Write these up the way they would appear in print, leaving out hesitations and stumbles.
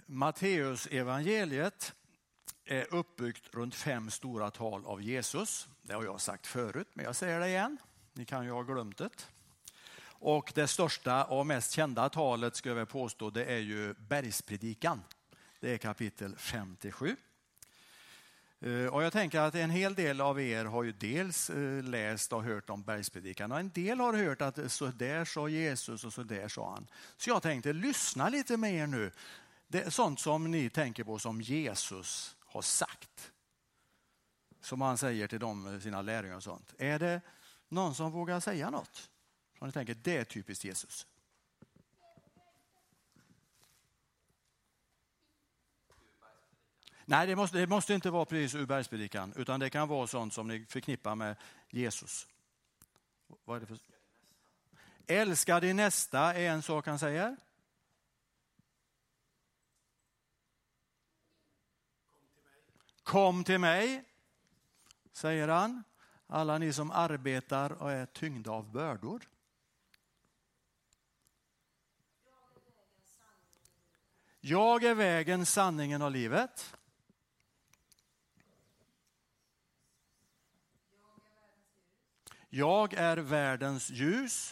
Matteus evangeliet är uppbyggt runt 5 stora tal av Jesus. Det har jag sagt förut, men jag säger det igen. Ni kan ju ha glömt det. Och det största och mest kända talet, ska jag påstå, det är ju bergspredikan. Det är kapitel 57. Och jag tänker att en hel del av er har ju dels läst och hört om bergspredikan, och en del har hört att så där sa Jesus och så där sa han. Så jag tänkte lyssna lite mer nu. Det är sånt som ni tänker på som Jesus har sagt. Som han säger till sina lärjungar och sånt. Är det någon som vågar säga något? Som ni tänker, det är typiskt Jesus. Nej, det måste inte vara precis ur bergspredikan, utan det kan vara sånt som ni förknippar med Jesus. Vad är det för? Älska din nästa är en sak han säger. Kom till mig, säger han. Alla ni som arbetar och är tyngda av bördor. Jag är vägen, sanningen och livet. Jag är världens ljus.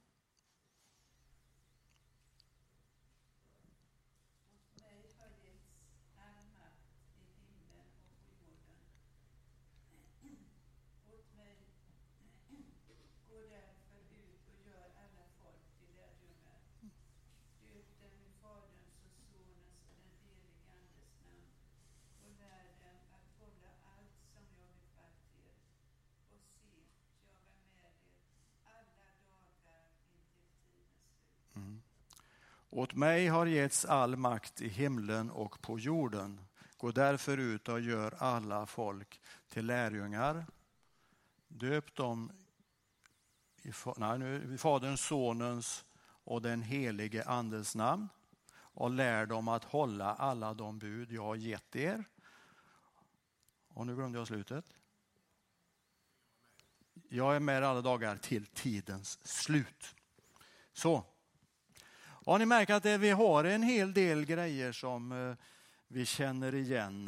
Åt mig har getts all makt i himlen och på jorden. Gå därför ut och gör alla folk till lärjungar. Döp dem i Faderns, Sonens och den helige Andes namn. Och lär dem att hålla alla de bud jag har gett er. Och nu glömde jag slutet. Jag är med alla dagar till tidens slut. Så. Och ni märker att vi har en hel del grejer som vi känner igen.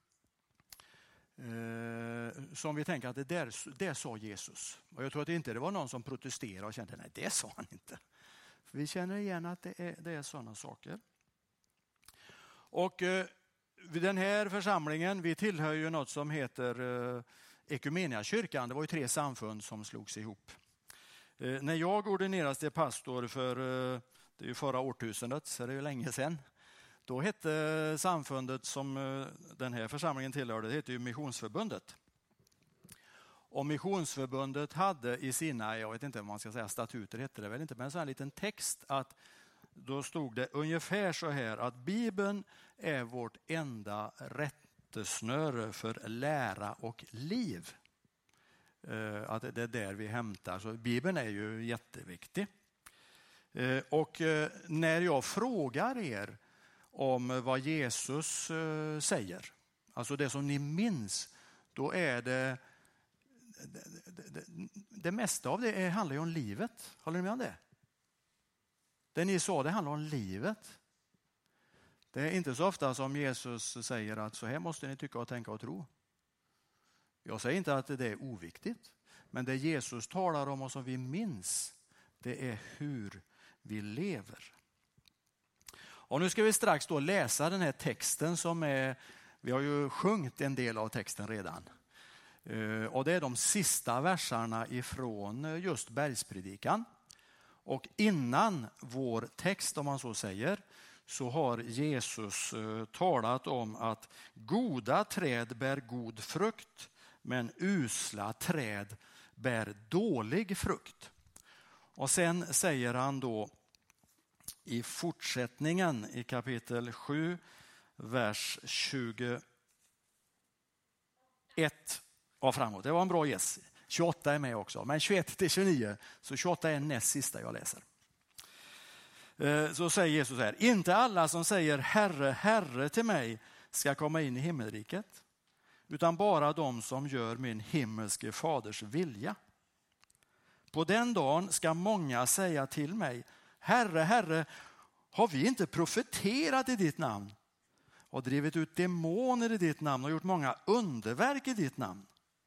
Som vi tänker att det sa Jesus. Och jag tror att inte det var någon som protesterade och kände nej, det sa han inte. För vi känner igen att det är sådana saker. Och den här församlingen, vi tillhör ju något som heter Ekumeniakyrkan. Det var ju 3 samfund som slogs ihop. När jag ordinerades till pastor för det är ju förra årtusendet, så det är ju länge sedan. Då hette samfundet som den här församlingen tillhörde, det hette ju Missionsförbundet. Och Missionsförbundet hade i sina, jag vet inte vad man ska säga, statuter hette det väl inte, men en sån här liten text att då stod det ungefär så här att Bibeln är vårt enda rättesnöre för lära och liv. Att det är där vi hämtar, så Bibeln är ju jätteviktig. Och när jag frågar er om vad Jesus säger, alltså det som ni minns, då är det mesta av det handlar ju om livet. Håller ni med om det? Det ni sa, det handlar om livet. Det är inte så ofta som Jesus säger att så här måste ni tycka och tänka och tro. Jag säger inte att det är oviktigt, men det Jesus talar om och som vi minns, det är hur vi lever. Och nu ska vi strax då läsa den här texten som är, vi har ju sjungit en del av texten redan. Och det är de sista versarna ifrån just bergspredikan. Och innan vår text, om man så säger, så har Jesus talat om att goda träd bär god frukt, men usla träd bär dålig frukt. Och sen säger han då i fortsättningen i kapitel 7, vers 21 och framåt. Det var en bra gäss. 28 är med också, men 21-29, så 28 är näst sista jag läser. Så säger Jesus här: inte alla som säger Herre, Herre till mig ska komma in i himmelriket, utan bara de som gör min himmelske faders vilja. På den dagen ska många säga till mig: Herre, Herre, har vi inte profeterat i ditt namn och drivit ut demoner i ditt namn och gjort många underverk i ditt namn.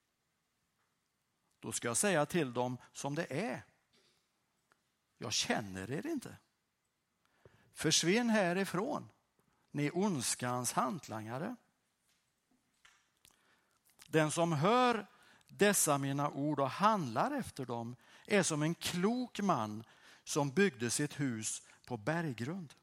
Då ska jag säga till dem som det är. Jag känner er inte. Försvinn härifrån, ni ondskans hantlangare. Den som hör dessa mina ord och handlar efter dem är som en klok man som byggde sitt hus på berggrund.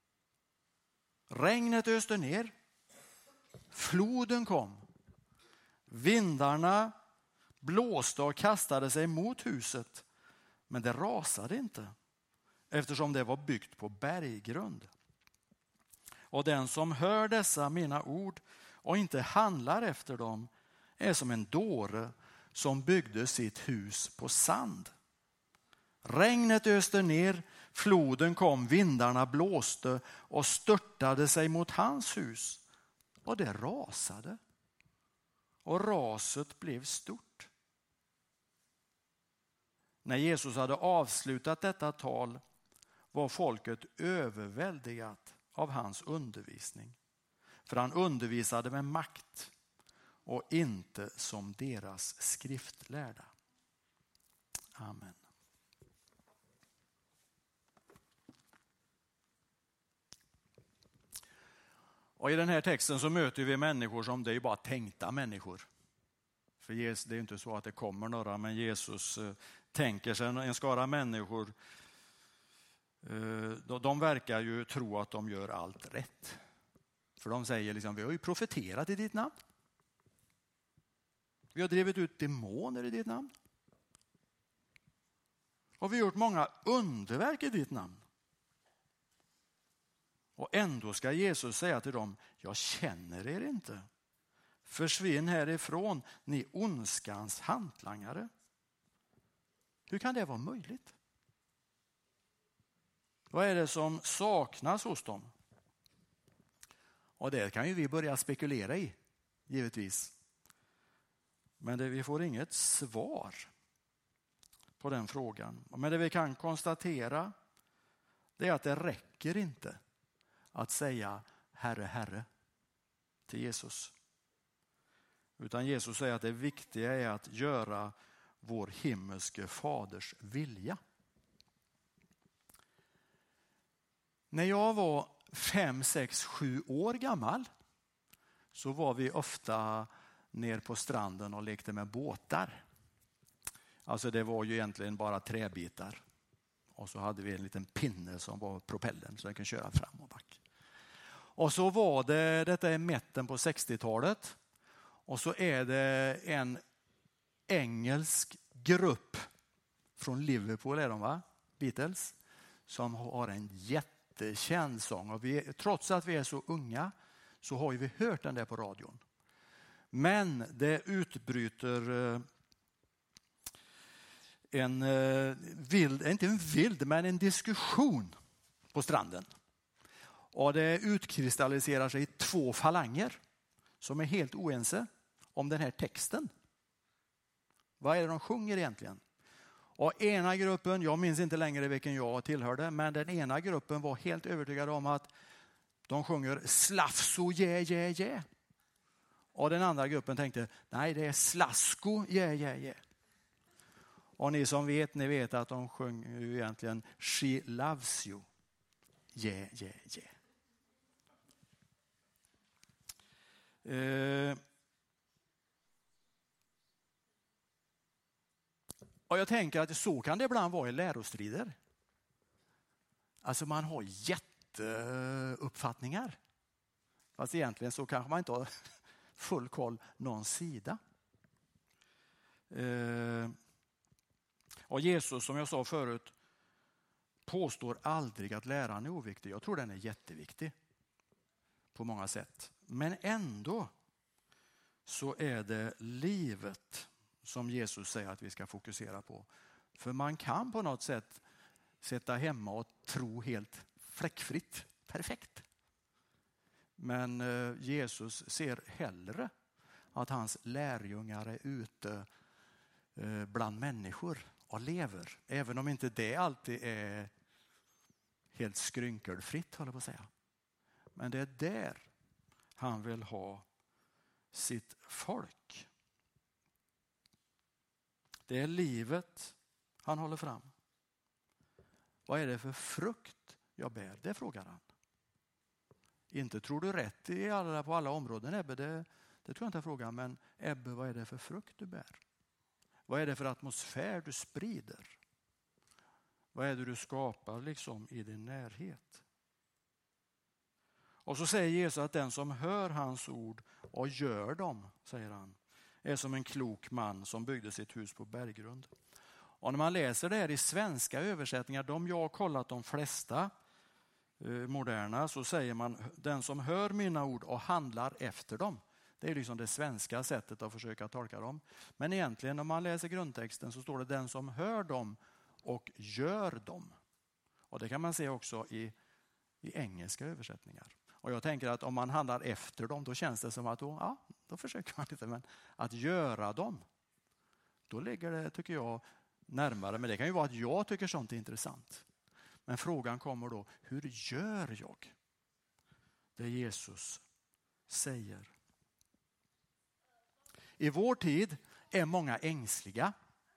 Regnet öste ner, floden kom, vindarna blåste och kastade sig mot huset, men det rasade inte eftersom det var byggt på berggrund. Och den som hör dessa mina ord och inte handlar efter dem är som en dåre som byggde sitt hus på sand. Regnet öste ner, floden kom, vindarna blåste och störtade sig mot hans hus. Och det rasade. Och raset blev stort. När Jesus hade avslutat detta tal var folket överväldigat av hans undervisning. För han undervisade med makt och inte som deras skriftlärda. Amen. Och i den här texten så möter vi människor som det är bara tänkta människor. För det är inte så att det kommer några, men Jesus tänker sig en skara människor. De verkar ju tro att de gör allt rätt. För de säger liksom, vi har ju profeterat i ditt namn. Vi har drivit ut demoner i ditt namn. Och vi har gjort många underverk i ditt namn. Och ändå ska Jesus säga till dem, jag känner er inte. Försvinn härifrån, ni ondskans hantlangare. Hur kan det vara möjligt? Vad är det som saknas hos dem? Och det kan ju vi börja spekulera i, givetvis. Men vi får inget svar på den frågan. Men det vi kan konstatera, det är att det räcker inte att säga Herre, Herre till Jesus. Utan Jesus säger att det viktiga är att göra vår himmelske faders vilja. När jag var 5, 6, 7 år gammal så var vi ofta ner på stranden och lekte med båtar. Alltså det var ju egentligen bara träbitar. Och så hade vi en liten pinne som var propellern så den kan köra fram och back. Och så var detta är mitten på 60-talet. Och så är det en engelsk grupp från Liverpool är de va? Beatles. Som har en jättekänd sång. Och trots att vi är så unga så har vi hört den där på radion. Men det utbryter en diskussion på stranden. Och det utkristalliserar sig i 2 falanger som är helt oense om den här texten. Vad är det de sjunger egentligen? Och ena gruppen, jag minns inte längre vilken jag tillhörde, men den ena gruppen var helt övertygad om att de sjunger slafso yeah yeah yeah. Och den andra gruppen tänkte, nej det är slasko yeah yeah yeah. Och ni som vet, ni vet att de sjunger ju egentligen she loves you yeah yeah yeah. Och jag tänker att så kan det ibland vara i lärostrider. Alltså man har jätteuppfattningar. Fast egentligen så kanske man inte har full koll någon sida. Och Jesus, som jag sa förut, påstår aldrig att läran är oviktig. Jag tror den är jätteviktig på många sätt. Men ändå så är det livet som Jesus säger att vi ska fokusera på. För man kan på något sätt sitta hemma och tro helt fläckfritt, perfekt. Men Jesus ser hellre att hans lärjungar är ute bland människor och lever. Även om inte det alltid är helt skrynkelfritt, håller jag på att säga. Men det är där Han vill ha sitt folk. Det är livet han håller fram. Vad är det för frukt jag bär? Det frågar han. Inte tror du rätt på alla områden, Ebbe. Det tror jag inte jag frågar. Men Ebbe, vad är det för frukt du bär? Vad är det för atmosfär du sprider? Vad är det du skapar liksom i din närhet? Och så säger Jesus att den som hör hans ord och gör dem, säger han, är som en klok man som byggde sitt hus på berggrund. Och när man läser det här i svenska översättningar, de jag har kollat de flesta moderna, så säger man den som hör mina ord och handlar efter dem. Det är liksom det svenska sättet att försöka tolka dem. Men egentligen om man läser grundtexten så står det den som hör dem och gör dem. Och det kan man se också i engelska översättningar. Och jag tänker att om man handlar efter dem, då känns det som att då försöker man lite. Men att göra dem, då ligger det, tycker jag, närmare. Men det kan ju vara att jag tycker sånt är intressant. Men frågan kommer då, hur gör jag det Jesus säger? I vår tid är många ängsliga.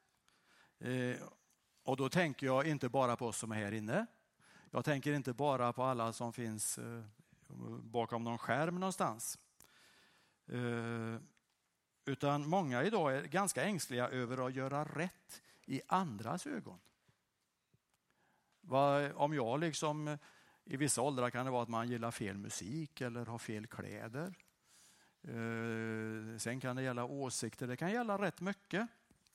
Och då tänker jag inte bara på oss som är här inne. Jag tänker inte bara på alla som finns bakom någon skärm någonstans. Utan många idag är ganska ängsliga över att göra rätt i andras ögon. Om jag liksom, i vissa åldrar kan det vara att man gillar fel musik eller har fel kläder. Sen kan det gälla åsikter, det kan gälla rätt mycket.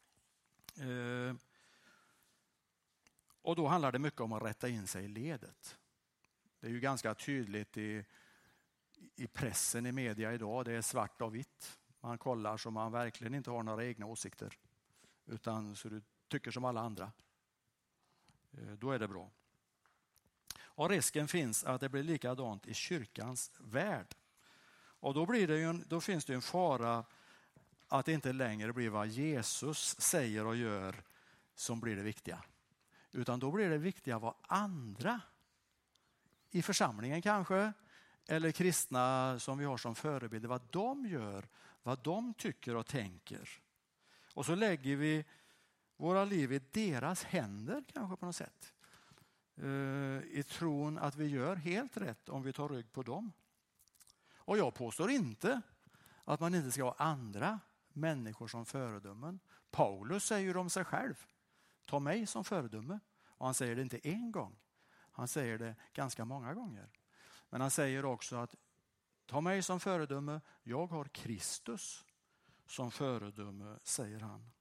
Och då handlar det mycket om att rätta in sig i ledet. Det är ju ganska tydligt i pressen, i media idag. Det är svart och vitt. Man kollar så man verkligen inte har några egna åsikter. Utan så du tycker som alla andra. Då är det bra. Och risken finns att det blir likadant i kyrkans värld. Och då finns det en fara att det inte längre blir vad Jesus säger och gör som blir det viktiga. Utan då blir det viktiga vad andra i församlingen kanske, eller kristna som vi har som förebilder, vad de gör, vad de tycker och tänker. Och så lägger vi våra liv i deras händer kanske på något sätt. I tron att vi gör helt rätt om vi tar rygg på dem. Och jag påstår inte att man inte ska ha andra människor som föredömen. Paulus säger om sig själv, ta mig som föredöme. Och han säger det inte en gång. Han säger det ganska många gånger. Men han säger också att ta mig som föredöme, jag har Kristus som föredöme, säger han.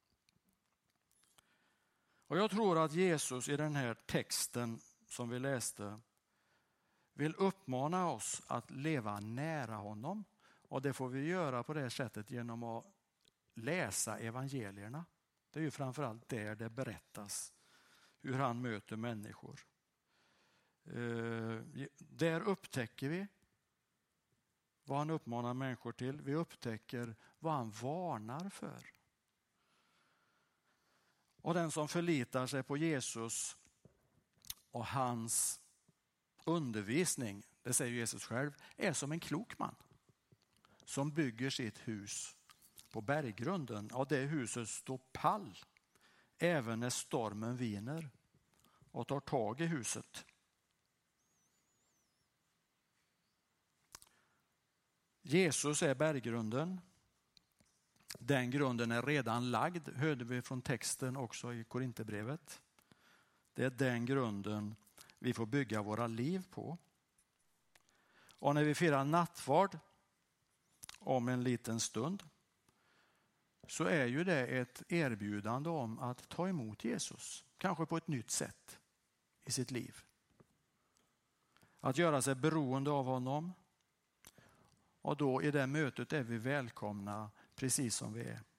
Och jag tror att Jesus i den här texten som vi läste vill uppmana oss att leva nära honom. Och det får vi göra på det sättet genom att läsa evangelierna. Det är ju framförallt där det berättas hur han möter människor. Där upptäcker vi vad han uppmanar människor till. Vi upptäcker vad han varnar för. Och den som förlitar sig på Jesus och hans undervisning, det säger Jesus själv, är som en klok man som bygger sitt hus på berggrunden. Och det huset står pall även när stormen viner och tar tag i huset. Jesus är berggrunden. Den grunden är redan lagd, hörde vi från texten också i Korinthierbrevet. Det är den grunden vi får bygga våra liv på. Och när vi firar nattvard om en liten stund så är ju det ett erbjudande om att ta emot Jesus. Kanske på ett nytt sätt i sitt liv. Att göra sig beroende av honom. Och då i det mötet är vi välkomna precis som vi är.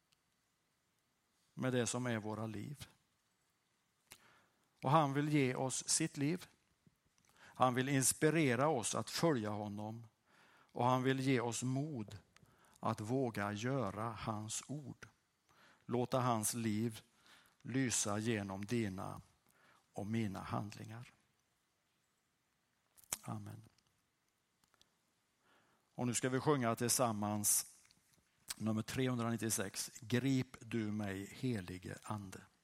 Med det som är våra liv. Och han vill ge oss sitt liv. Han vill inspirera oss att följa honom. Och han vill ge oss mod att våga göra hans ord. Låta hans liv lysa genom dina och mina handlingar. Amen. Och nu ska vi sjunga tillsammans nummer 396. Grip du mig, helige ande.